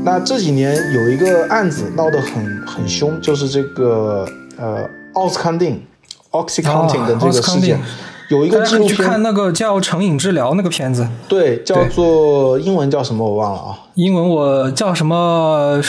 那这几年有一个案子闹得很凶，就是这个奥斯康定 Oxycontin 的这个事件。有一个纪录片， 去看那个叫《成瘾治疗》那个片子， 对，叫做英文叫什么我忘了啊， 英文我叫什么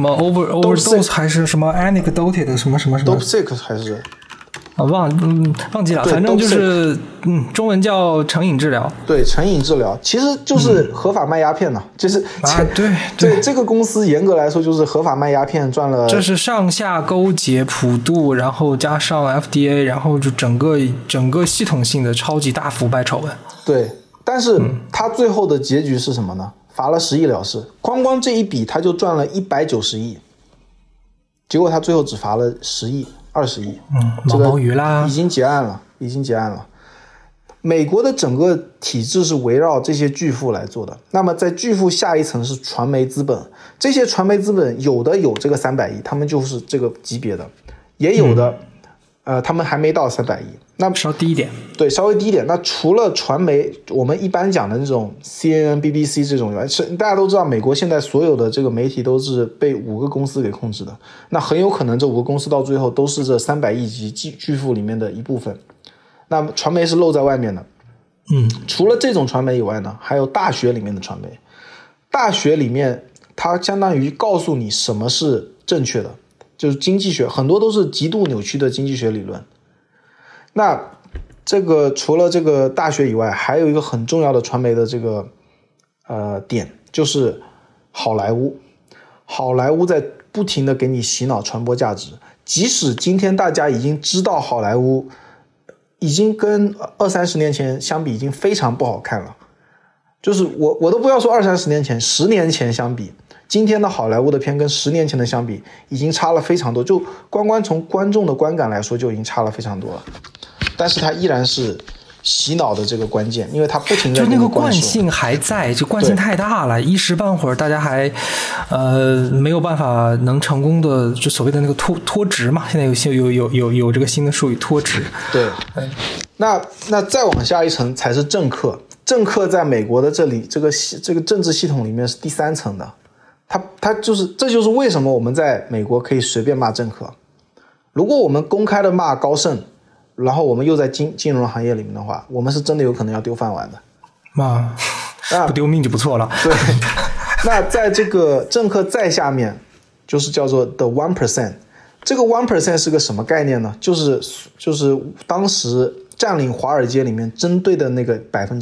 overdose 还是什么 anecdoted 什么 dope sick 还是忘记了，反正就是中文叫成瘾治疗。 对，成瘾治疗其实就是合法卖鸦片呢，就是对这个公司严格来说就是合法卖鸦片赚了， 这是上下勾结普渡，然后加上 FDA， 然后就整个系统性的超级大腐败丑闻。 对，但是他最后的结局是什么呢？罚了10亿了事，光这一笔他就赚了190亿，结果他最后只罚了10亿。20亿， 毛毛鱼啦， 已经结案了。美国的整个体制是围绕这些巨富来做的。那么在巨富下一层是传媒资本，这些传媒资本有的有这个300亿，他们就是这个级别的，也有的，他们还没到300亿，那稍低一点。 对，稍微低一点。那除了传媒，我们一般讲的那种 CNN、BBC 这种，大家都知道，美国现在所有的这个媒体都是被5个公司给控制的。那很有可能这5个公司到最后都是这300亿级巨富里面的一部分。那传媒是露在外面的。除了这种传媒以外呢，还有大学里面的传媒。大学里面，它相当于告诉你什么是正确的，就是经济学，很多都是极度扭曲的经济学理论。那这个除了这个大学以外，还有一个很重要的传媒的这个点，就是好莱坞。好莱坞在不停的给你洗脑传播价值，即使今天大家已经知道好莱坞已经跟20-30年前相比已经非常不好看了，就是我都不要说20-30年前，10年前相比，今天的好莱坞的片跟10年前的相比已经差了非常多，就光从观众的观感来说就已经差了非常多了。但是它依然是洗脑的这个关键，因为它不停地就那个惯性还在，就惯性太大了，一时半会儿大家还没有办法能成功的，就所谓的那个脱职嘛，现在有这个新的术语脱职。 对，那再往下一层才是政客。政客在美国的这里这个政治系统里面是第3层的，他就是这就是为什么我们在美国可以随便骂政客。如果我们公开的骂高盛，然后我们又在金融行业里面的话，我们是真的有可能要丢饭碗的。 不丢命就不错了。 对，那在这个政客再下面，就是叫做 the 1%。这个 1% 是个什么概念呢？就是当时占领华尔街里面针对的那个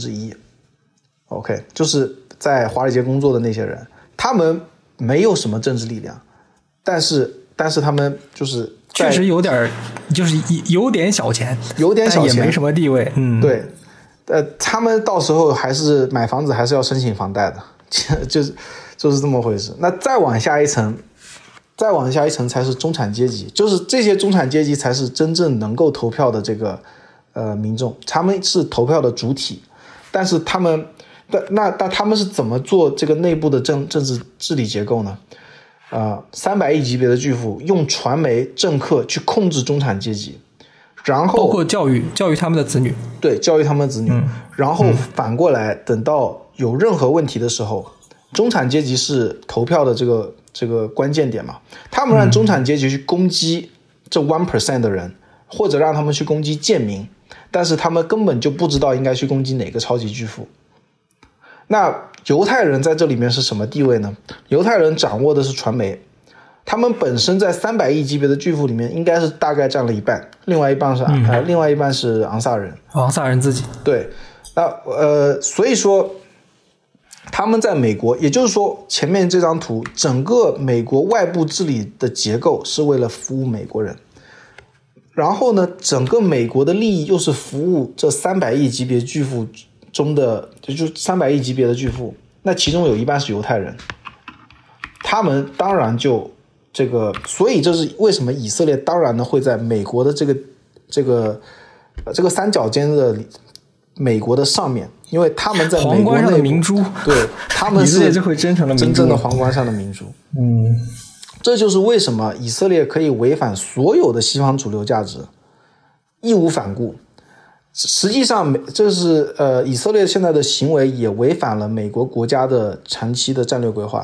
1%。OK， 就是在华尔街工作的那些人，他们没有什么政治力量，但是他们就是确实有点，就是有点小钱，但也没什么地位。 对，他们到时候还是买房子还是要申请房贷的，就是这么回事。那再往下一层才是中产阶级，就是这些中产阶级才是真正能够投票的这个民众，他们是投票的主体，但是他们是怎么做这个内部的政治治理结构呢？300亿级别的巨富用传媒政客去控制中产阶级，然后包括教育他们的子女。 对，教育他们的子女。然后反过来等到有任何问题的时候，中产阶级是投票的这个关键点嘛，他们让中产阶级去攻击这 1% 的人，或者让他们去攻击贱民，但是他们根本就不知道应该去攻击哪个超级巨富。那犹太人在这里面是什么地位呢？犹太人掌握的是传媒，他们本身在300亿级别的巨富里面应该是大概占了一半，另外一半是昂萨人。 昂萨人自己。对， 那所以说他们在美国，也就是说前面这张图整个美国外部治理的结构是为了服务美国人，然后呢整个美国的利益又是服务这300亿级别巨富中的，就300亿级别的巨富，那其中有一半是犹太人，他们当然就这个，所以这是为什么以色列当然呢会在美国的这个三角尖的美国的上面，因为他们在美国皇冠上的明珠， 对，他们是就会真正的皇冠上的明珠。这就是为什么以色列可以违反所有的西方主流价值，义无反顾。实际上这是以色列现在的行为也违反了美国国家的长期的战略规划，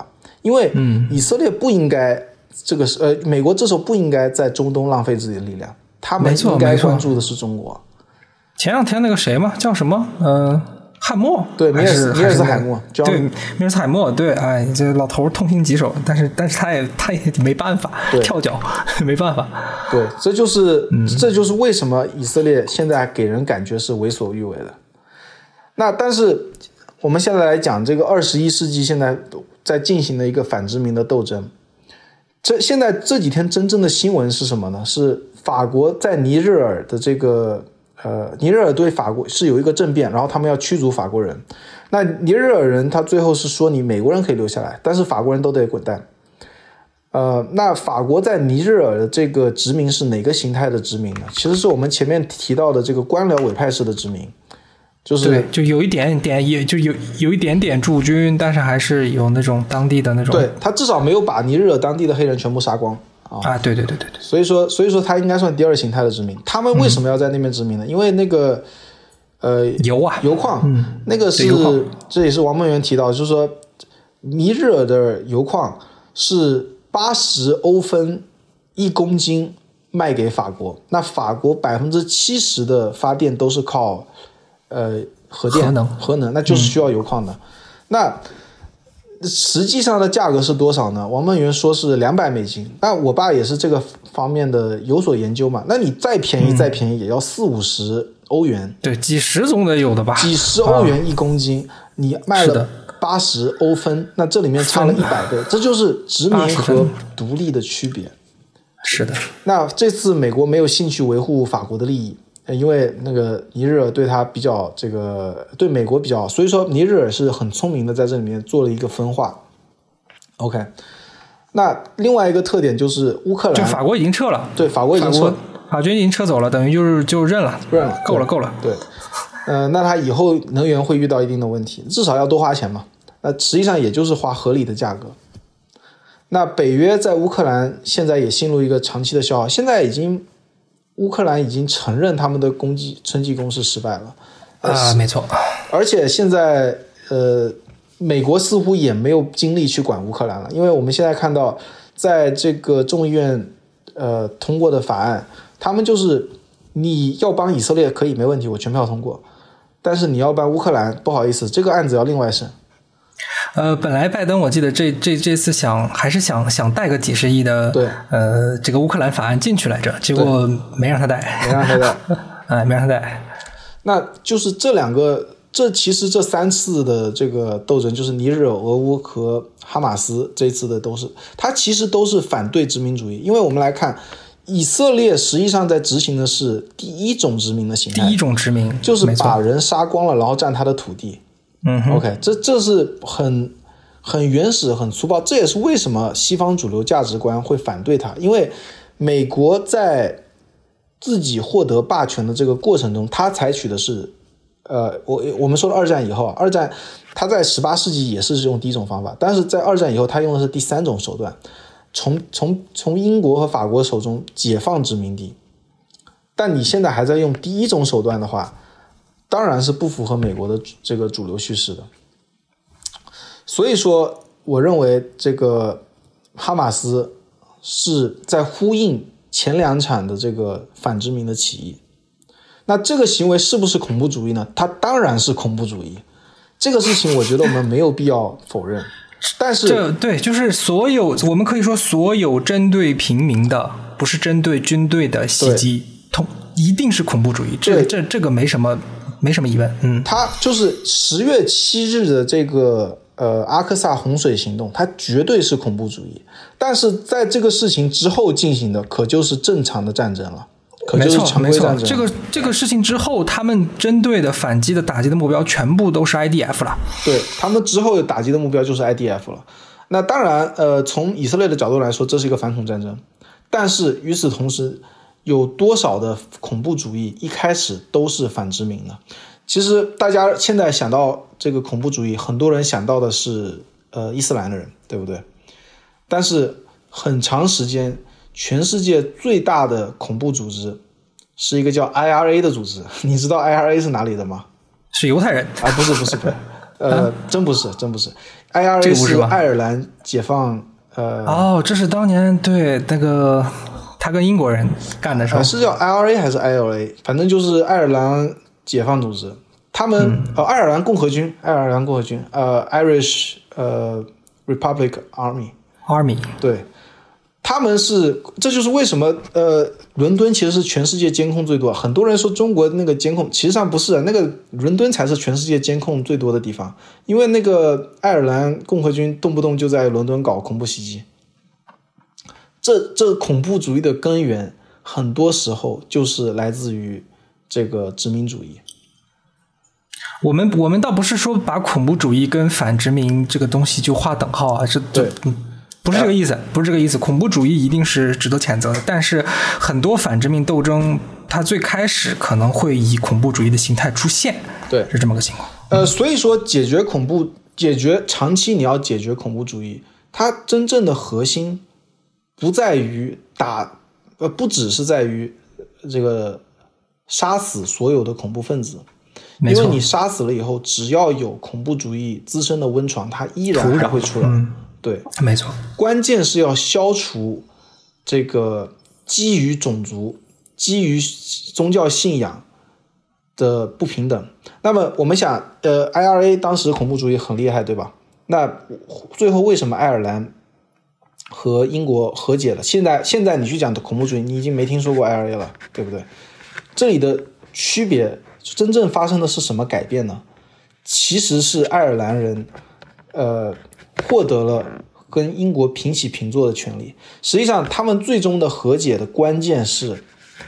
因为以色列不应该美国这时候不应该在中东浪费自己的力量，他们应该关注的是中国。 前两天那个谁嘛，叫什么？汉默， 对，米尔斯海默， 对，米尔斯海默，对，哎，这老头痛心疾首，但是他也没办法跳脚，没办法。 对，这就是为什么以色列现在给人感觉是为所欲为的。那但是我们现在来讲这个21世纪现在在进行的一个反殖民的斗争。现在这几天真正的新闻是什么呢？是法国在尼日尔的这个尼日尔对法国是有一个政变，然后他们要驱逐法国人。那尼日尔人他最后是说你美国人可以留下来，但是法国人都得滚蛋。那法国在尼日尔的这个殖民是哪个形态的殖民呢？其实是我们前面提到的这个官僚委派式的殖民，就是对，就有一点点，也就有一点点驻军，但是还是有那种当地的那种。 对，他至少没有把尼日尔当地的黑人全部杀光。 对， 所以说他应该算第二形态的殖民。他们为什么要在那边殖民呢？因为那个油矿，那个是这也是王梦圆提到，就是说尼日尔的油矿是80欧分1公斤卖给法国，那法国70%的发电都是靠核能，那就是需要油矿的。那实际上的价格是多少呢？王梦圆说是$200，那我爸也是这个方面的有所研究嘛。那你再便宜也要40-50欧元， 对，几十总得有的吧？ 几十欧元1公斤，你卖了80欧分，那这里面差了100倍，这就是殖民和独立的区别。 是的。 那这次美国没有兴趣维护法国的利益，因为那个尼日尔对他比较对美国比较好，所以说尼日尔是很聪明的在这里面做了一个分化。OK， 那另外一个特点就是乌克兰， 就法国已经撤了， 对，法国已经撤， 法军已经撤走了，等于就认了，够了。 对，那他以后能源会遇到一定的问题，至少要多花钱嘛。那实际上也就是花合理的价格。那北约在乌克兰现在也陷入一个长期的消耗，现在乌克兰已经承认他们的春季攻势失败了没错。 而且现在美国似乎也没有精力去管乌克兰了，因为我们现在看到在这个众议院通过的法案，他们就是你要帮以色列可以没问题，我全票通过，但是你要帮乌克兰不好意思，这个案子要另外审。 本来拜登我记得这次还是想带个几十亿的对这个乌克兰法案进去来着，结果没让他带，没让他带。 那就是其实这3次的这个斗争，就是尼日尔、俄乌和哈马斯，这次的它其实都是反对殖民主义。因为我们来看，以色列实际上在执行的是第一种殖民的形态， 第一种殖民就是把人杀光了，然后占他的土地。OK， 这是很原始、很粗暴，这也是为什么西方主流价值观会反对它。因为美国在自己获得霸权的这个过程中，他采取的是我们说了二战以后，二战他在18世纪也是用第一种方法，但是在二战以后他用的是第3种手段，从英国和法国手中解放殖民地。但你现在还在用第一种手段的话，当然是不符合美国的这个主流叙事的。所以说我认为这个哈马斯是在呼应前2场的这个反殖民的起义。那这个行为是不是恐怖主义呢？它当然是恐怖主义，这个事情我觉得我们没有必要否认。但是对，就是我们可以说所有针对平民的，不是针对军队的袭击，一定是恐怖主义。这个没什么疑问。 它就是10月7日的这个阿克萨洪水行动，它绝对是恐怖主义。但是在这个事情之后进行的，可就是正常的战争了。可就是常规战争。 这个事情之后，他们针对的反击的打击的目标全部都是 IDF 了。 对，他们之后打击的目标就是 IDF 了。那当然从以色列的角度来说，这是一个反恐战争。但是与此同时，有多少的恐怖主义一开始都是反殖民的？其实大家现在想到这个恐怖主义，很多人想到的是伊斯兰的人，对不对？但是很长时间全世界最大的恐怖组织是一个叫 IRA 的组织。你知道 IRA 是哪里的吗？ 是犹太人啊？不是真不是，IRA 是爱尔兰解放这是当年对那个他跟英国人干的时候， 是叫 IRA 还是 ILA， 反正就是爱尔兰解放组织，他们爱尔兰共和军，Irish Republic Army， 对。他们这就是为什么伦敦其实是全世界监控最多。很多人说中国那个监控，其实上不是，那个伦敦才是全世界监控最多的地方，因为那个爱尔兰共和军动不动就在伦敦搞恐怖袭击。这恐怖主义的根源，很多时候就是来自于这个殖民主义。 我们倒不是说把恐怖主义跟反殖民这个东西就划等号啊， 对。 不是这个意思，恐怖主义一定是值得谴责的，但是很多反殖民斗争它最开始可能会以恐怖主义的形态出现， 对， 是这么个情况。 所以说长期你要解决恐怖主义，它真正的核心不在于不只是在于这个杀死所有的恐怖分子，因为你杀死了以后，只要有恐怖主义滋生的温床，它依然还会出来。对， 没错。 关键是要消除这个基于种族、基于宗教信仰的不平等。那么我们想，IRA 当时恐怖主义很厉害，对吧？那最后为什么爱尔兰和英国和解了？现在你去讲的恐怖主义，你已经没听说过 IRA 了，对不对？这里的区别，真正发生的是什么改变呢？其实是爱尔兰人，获得了跟英国平起平坐的权利。实际上他们最终的和解的关键是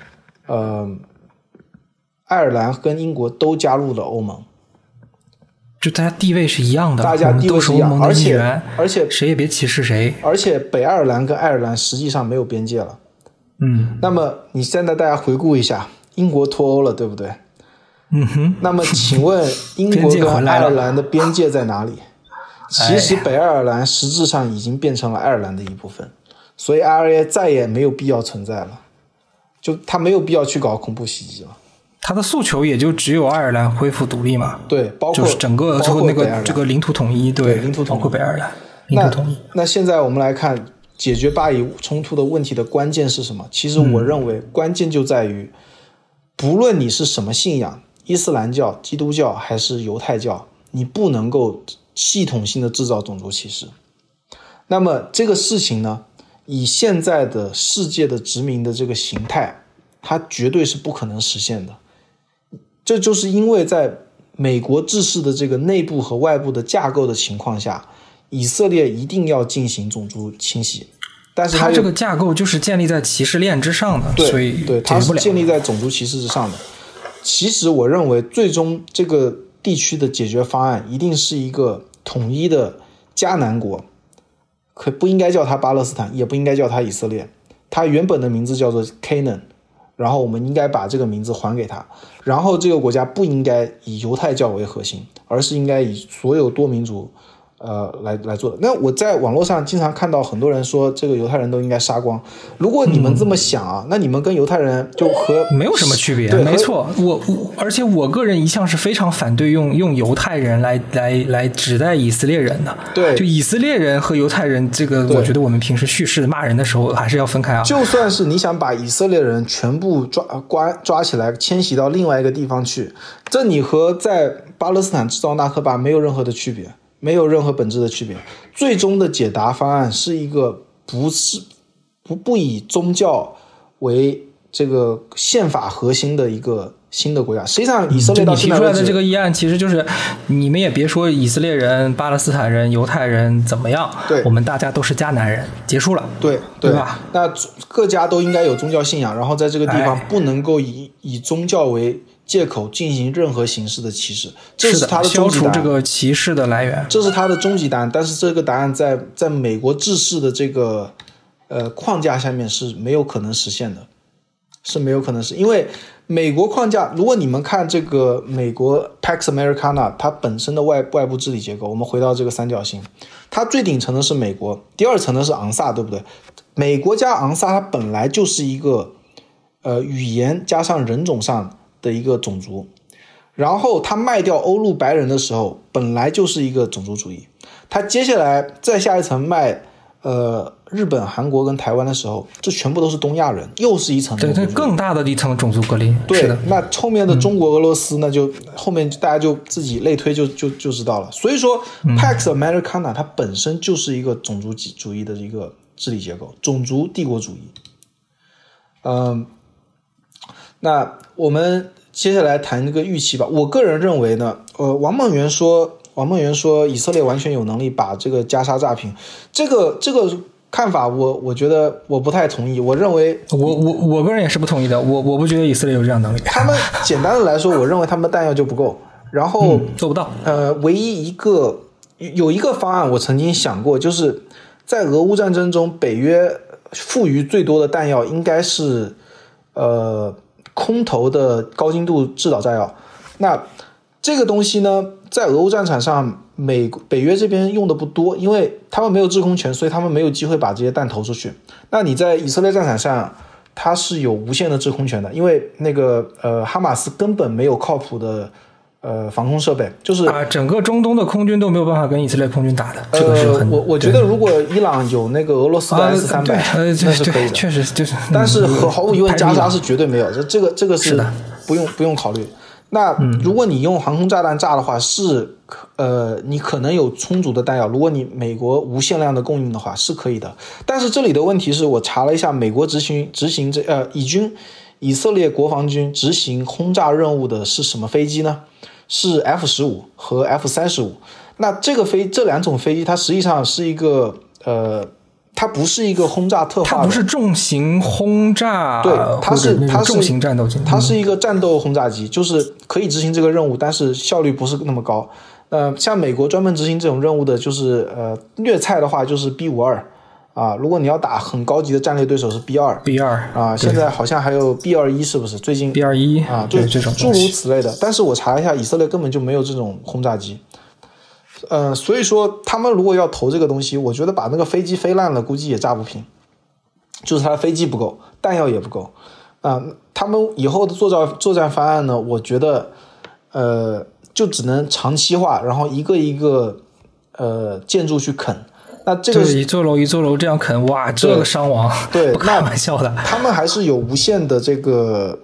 爱尔兰跟英国都加入了欧盟， 就大家地位是一样的， 大家地位是一样，而且谁也别歧视谁， 而且北爱尔兰跟爱尔兰实际上没有边界了。那么你现在大家回顾一下，英国脱欧了，对不对？那么请问英国跟爱尔兰的边界在哪里？其实北爱尔兰实质上已经变成了爱尔兰的一部分，所以 IRA 再也没有必要存在了，就他没有必要去搞恐怖袭击了。 他的诉求也就只有爱尔兰恢复独立嘛， 对，包括就是整个那个这个领土统一，对， 领土统一， 包括北爱尔兰领土统一。 那现在我们来看解决巴以冲突的问题的关键是什么？其实我认为关键就在于，不论你是什么信仰，伊斯兰教、基督教还是犹太教，你不能够系统性的制造种族歧视。那么这个事情呢，以现在的世界的殖民的这个形态，它绝对是不可能实现的。这就是因为在美国制式的这个内部和外部的架构的情况下，以色列一定要进行种族清洗，但是它这个架构就是建立在歧视链之上的，所以对，它是建立在种族歧视之上的。其实我认为最终这个地区的解决方案一定是一个统一的迦南国，可不应该叫它巴勒斯坦，也不应该叫它以色列，它原本的名字叫做 Canaan， 然后我们应该把这个名字还给它，然后这个国家不应该以犹太教为核心，而是应该以所有多民族来做的。那我在网络上经常看到很多人说这个犹太人都应该杀光，如果你们这么想啊，那你们跟犹太人就没有什么区别。没错，而且我个人一向是非常反对用犹太人来指代以色列人的。 对， 就以色列人和犹太人这个，我觉得我们平时叙事骂人的时候还是要分开啊。 就算是你想把以色列人全部抓起来迁徙到另外一个地方去，这你和在巴勒斯坦制造纳克巴没有任何的区别，没有任何本质的区别。最终的解答方案是一个不以宗教为这个宪法核心的一个新的国家。实际上以色列到现在你提出来的这个议案其实就是你们也别说以色列人、巴勒斯坦人、犹太人怎么样， 对， 我们大家都是迦南人，结束了。 对吧？ 那各家都应该有宗教信仰，然后在这个地方不能够以宗教为借口进行任何形式的歧视，这是他的终极答案， 消除这个歧视的来源， 这是他的终极答案。但是这个答案在美国制式的这个框架下面是没有可能实现的，是没有可能是因为美国框架。如果你们看这个美国 Pax Americana 它本身的外部治理结构，我们回到这个三角形，它最顶层的是美国，第二层的是昂萨，对不对？美国加昂萨它本来就是一个语言加上人种上的一个种族， 然后他卖掉欧陆白人的时候，本来就是一个种族主义。他接下来再下一层卖日本、韩国跟台湾的时候，这全部都是东亚人，又是一层种族主义。 对，更大的一层种族隔离。 对是的， 那后面的中国、俄罗斯呢，就后面大家就自己类推就知道了。所以说，Pax Americana 它本身就是一个种族主义的一个治理结构，种族帝国主义。那我们接下来谈这个预期吧。我个人认为呢，王梦圆说以色列完全有能力把这个加沙炸平，这个看法我觉得我不太同意。我认为我个人也是不同意的。我不觉得以色列有这样能力。 他们简单的来说，我认为他们的弹药就不够，然后做不到。 唯一有一个方案我曾经想过，就是在俄乌战争中，北约赋予最多的弹药应该是空投的高精度制导炸药。那这个东西呢，在俄乌战场上北约这边用的不多，因为他们没有制空权，所以他们没有机会把这些弹投出去。那你在以色列战场上，它是有无限的制空权的，因为那个哈马斯根本没有靠谱的防空设备，就是整个中东的空军都没有办法跟以色列空军打的。这个是很我觉得如果伊朗有那个俄罗斯的 S-300，那是可以的， 确实就是。 但是毫无疑问，加沙是绝对没有，这个是不用考虑。那如果你用航空炸弹炸的话，你可能有充足的弹药。如果你美国无限量的供应的话，是可以的。但是这里的问题是我查了一下，美国执行以色列国防军执行轰炸任务的是什么飞机呢？是 F-15 和 F-35。那这两种飞机，它实际上是一个它不是一个轰炸特化的， 它不是重型轰炸， 对，它是重型战斗机， 它是一个战斗轰炸机，就是可以执行这个任务，但是效率不是那么高。像美国专门执行这种任务的，就是虐菜的话就是 B-52啊，如果你要打很高级的战略对手是 B-2 啊，现在好像还有 B-21，是不是？最近 B-21 啊，就诸如此类的。但是我查了一下，以色列根本就没有这种轰炸机。所以说他们如果要投这个东西，我觉得把那个飞机飞烂了，估计也炸不平，就是他的飞机不够，弹药也不够他们以后的作战方案呢，我觉得就只能长期化，然后一个一个建筑去啃。那这个一座楼这样啃，哇，这个伤亡对不开玩笑的。 他们还是有无限的这个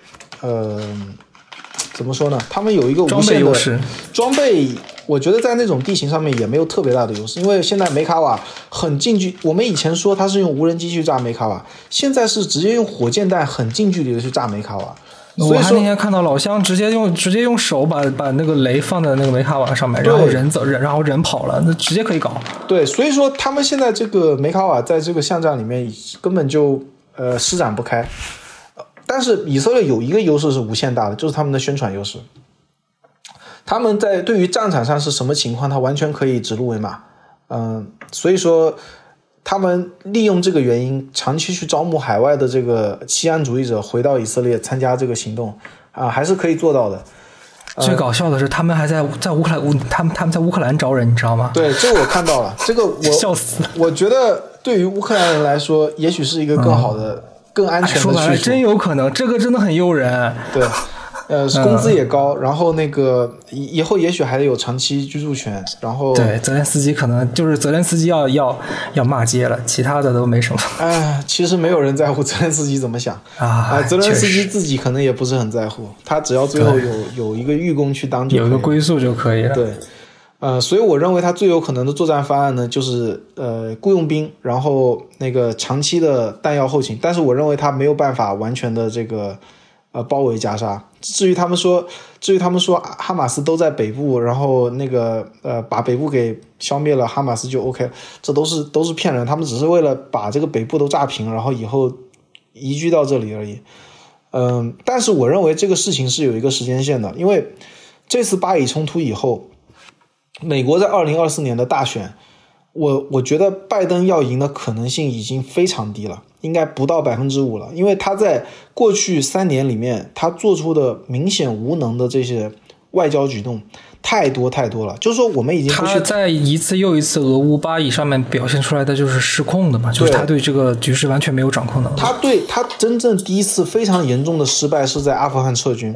怎么说呢？他们有一个无限的装备优势， 装备我觉得在那种地形上面也没有特别大的优势，因为现在梅卡瓦很近距，我们以前说它是用无人机去炸梅卡瓦，现在是直接用火箭弹很近距离的去炸梅卡瓦。 我还那天看到老乡直接用手把那个雷放在那个梅卡瓦上面，然后人跑了，那直接可以搞。 对，所以说他们现在这个梅卡瓦在这个巷战里面根本就施展不开。但是以色列有一个优势是无限大的，就是他们的宣传优势。他们在对于战场上是什么情况，他完全可以指鹿为马。所以说他们利用这个原因，长期去招募海外的这个西安主义者回到以色列参加这个行动还是可以做到的。 最搞笑的是，他们还在乌克兰，他们在乌克兰招人，你知道吗？ 对，这个我看到了，这个我笑死了。 我觉得对于乌克兰人来说，也许是一个更好的、更安全的去处。 说白了，真有可能，这个真的很诱人。 对。工资也高，然后那个以后也许还得有长期居住权，然后对泽连斯基可能就是泽连斯基要骂街了，其他的都没什么。 其实没有人在乎泽连斯基怎么想泽连斯基自己可能也不是很在乎，他只要最后有一个寓公去当就可以了， 有一个归宿就可以了。 对，所以我认为他最有可能的作战方案呢，就是雇佣兵，然后那个长期的弹药后勤，但是我认为他没有办法完全的这个包围加沙。至于他们说哈马斯都在北部，然后那个把北部给消灭了，哈马斯就 OK， 这都是骗人，他们只是为了把这个北部都炸平，然后以后移居到这里而已。但是我认为这个事情是有一个时间线的，因为这次巴以冲突以后，美国在2024年的大选，我觉得拜登要赢的可能性已经非常低了，应该不到 5% 了，因为他在过去3年里面他做出的明显无能的这些外交举动太多了，就是说我们已经不去， 他在一次又一次俄乌巴以上面表现出来的就是失控的嘛，就是他对这个局势完全没有掌控能力。 他真正第一次非常严重的失败是在阿富汗撤军，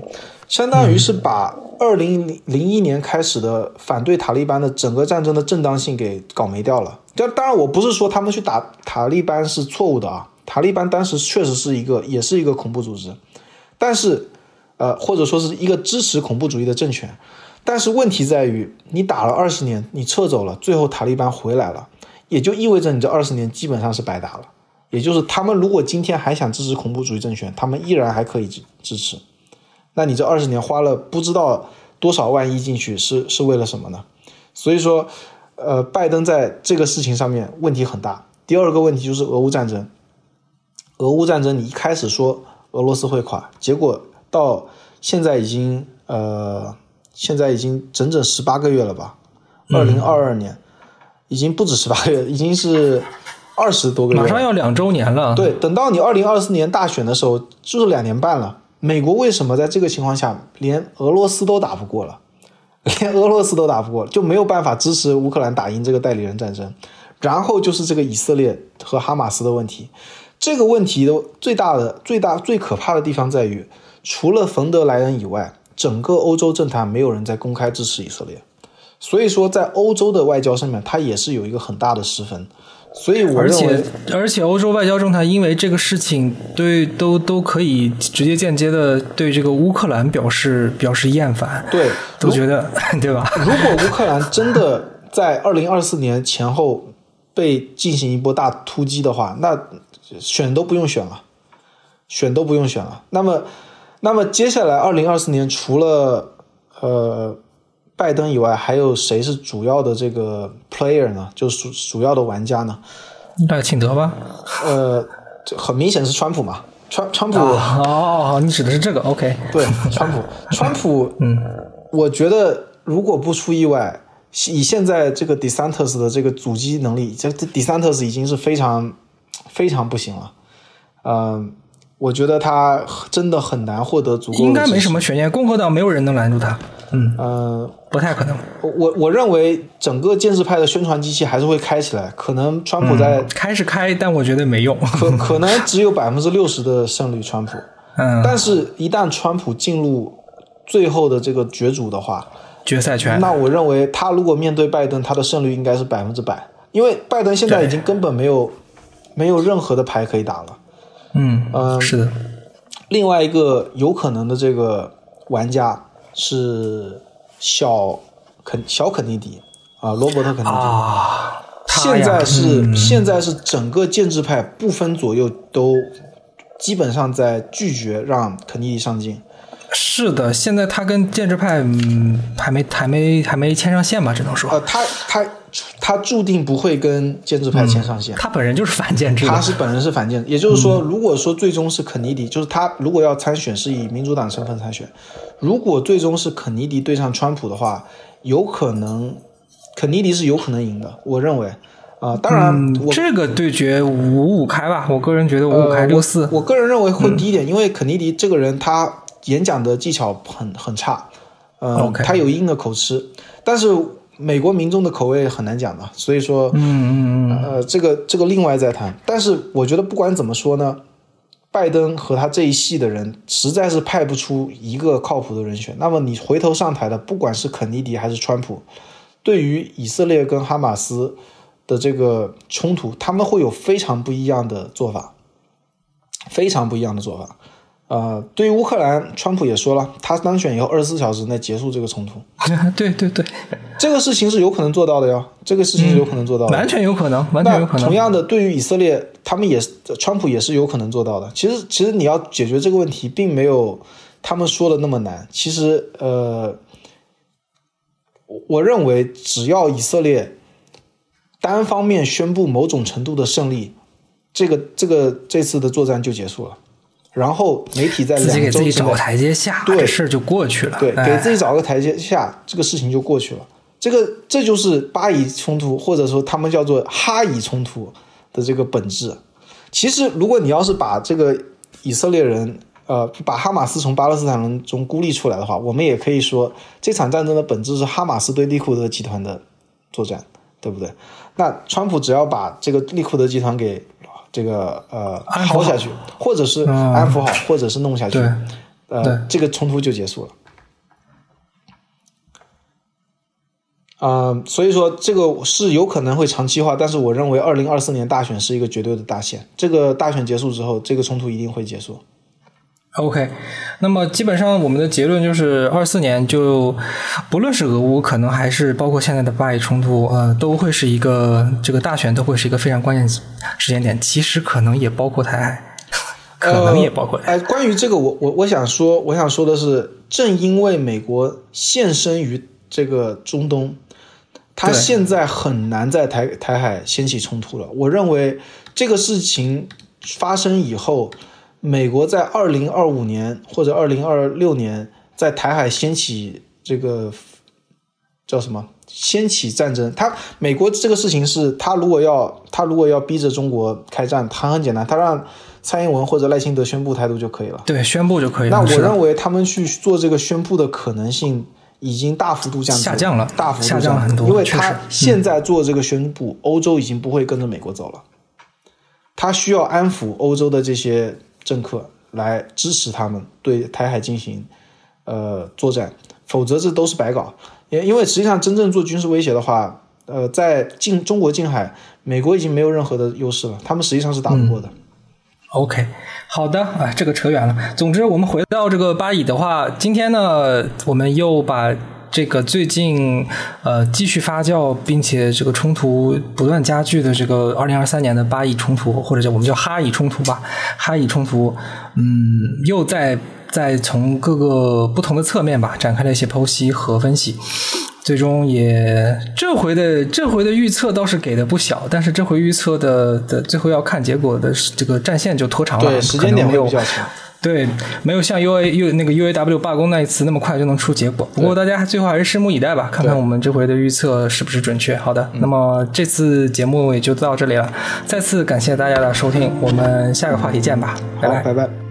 相当于是把2001年开始的反对塔利班的整个战争的正当性给搞没掉了。当然我不是说他们去打塔利班是错误的啊，塔利班当时确实也是一个恐怖组织，但是或者说是一个支持恐怖主义的政权，但是问题在于你打了20年，你撤走了，最后塔利班回来了，也就意味着你这20年基本上是白打了。也就是他们如果今天还想支持恐怖主义政权，他们依然还可以支持。那你这20年花了不知道多少万亿进去，是为了什么呢？所以说，拜登在这个事情上面问题很大。第二个问题就是俄乌战争。俄乌战争你一开始说俄罗斯会垮，结果到现在已经整整18个月了吧？2022年已经不止18个月，已经是20多个月了， 马上要2周年了。 对，等到你2024年大选的时候，就是2年半了。美国为什么在这个情况下连俄罗斯都打不过了？就没有办法支持乌克兰打赢这个代理人战争。然后就是这个以色列和哈马斯的问题。这个问题的最可怕的地方在于，除了冯德莱恩以外，整个欧洲政坛没有人在公开支持以色列。所以说在欧洲的外交上面，它也是有一个很大的失分。所以我认为， 而且欧洲外交政坛因为这个事情都可以直接间接的对这个乌克兰表示厌烦， 对， 都觉得对吧？ 如果乌克兰真的在2024年前后被进行一波大突击的话，那选都不用选了。那么接下来2024年除了拜登以外，还有谁是主要的这个 player 呢？就是主要的玩家呢？ 赖清德吧？ 很明显是川普嘛。川普你指的是这个 ？OK， 对，川普，我觉得如果不出意外，以现在这个 DeSantis 的这个阻击能力，这 DeSantis 已经是非常非常不行了。我觉得他真的很难获得足够的支持， 应该没什么悬念，共和党没有人能拦住他。不太可能。 我认为整个建制派的宣传机器还是会开起来，可能川普在开是开，但我觉得没用， 可能只有60%的胜率川普。但是一旦川普进入最后的这个角逐的话， 决赛圈， 那我认为他如果面对拜登，他的胜率应该是100%，因为拜登现在已经根本没有任何的牌可以打了。 是的。 另外一个有可能的这个玩家是小肯尼迪罗伯特肯尼迪现在是整个建制派不分左右都基本上在拒绝让肯尼迪上镜。 是的，现在他跟建制派还没牵上线吧，只能说他注定不会跟建制派牵上线。 他本人就是反建制的， 本人是反建制，也就是说，如果说最终是肯尼迪，就是他如果要参选是以民主党身份参选，如果最终是肯尼迪对上川普的话，有可能肯尼迪是有可能赢的，我认为。当然这个对决5-5开吧，我个人觉得5-5开6-4。 我个人认为会低一点，因为肯尼迪这个人他演讲的技巧很差，他有一定的口吃，但是美国民众的口味很难讲的，所以说这个另外再谈。但是我觉得不管怎么说呢，拜登和他这一系的人实在是派不出一个靠谱的人选。那么你回头上台的不管是肯尼迪还是川普，对于以色列跟哈马斯的这个冲突，他们会有非常不一样的做法。对于乌克兰，川普也说了，他当选以后24小时内结束这个冲突。 对， 这个事情是有可能做到的哟， 完全有可能。 那同样的，对于以色列，川普也是有可能做到的。其实你要解决这个问题，并没有他们说的那么难。其实我认为只要以色列单方面宣布某种程度的胜利，这次的作战就结束了。然后媒体在2周之内自己给自己找个台阶下， 对， 这事就过去了。 对，给自己找个台阶下，这个事情就过去了。这就是巴以冲突，或者说他们叫做哈以冲突的这个本质。其实，如果你要是把这个以色列人，把哈马斯从巴勒斯坦人中孤立出来的话，我们也可以说，这场战争的本质是哈马斯对利库德集团的作战，对不对？那川普只要把这个利库德集团给这个薅下去，或者是安抚好，或者是弄下去， 这个冲突就结束了。所以说这个是有可能会长期化，但是我认为2024年大选是一个绝对的大限，这个大选结束之后，这个冲突一定会结束。 OK， 那么基本上我们的结论就是24年就不论是俄乌，可能还是包括现在的巴以冲突，都会是一个这个大选都会是一个非常关键时间点，其实可能也包括台海，可能也包括台海。 关于这个我想说的是，正因为美国现身于这个中东，他现在很难在台海掀起冲突了。我认为这个事情发生以后，美国在2025年或者2026年在台海掀起这个叫什么？掀起战争。美国这个事情是他如果要逼着中国开战，他很简单，他让蔡英文或者赖清德宣布态度就可以了。 对，宣布就可以了。 那我认为他们去做这个宣布的可能性已经大幅度下降了， 大幅度下降了很多， 因为他现在做这个宣布，欧洲已经不会跟着美国走了，他需要安抚欧洲的这些政客来支持他们对台海进行作战，否则这都是白搞。因为实际上真正做军事威胁的话，在中国近海，美国已经没有任何的优势了，他们实际上是打不过的。 OK， 好的啊，这个扯远了。总之，我们回到这个巴以的话，今天呢，我们又把这个最近继续发酵，并且这个冲突不断加剧的这个2023年的巴以冲突，或者我们叫哈以冲突吧，哈以冲突，又再从各个不同的侧面吧展开了一些剖析和分析。最终也这回的预测倒是给的不小，但是这回预测的最后要看结果的这个战线就拖长了， 对，时间点会比较长。 对，没有像 UAW 罢工那一次那么快就能出结果。不过大家最后还是拭目以待吧，看看我们这回的预测是不是准确。好的，那么这次节目也就到这里了，再次感谢大家的收听，我们下个话题见吧，拜拜。 拜拜。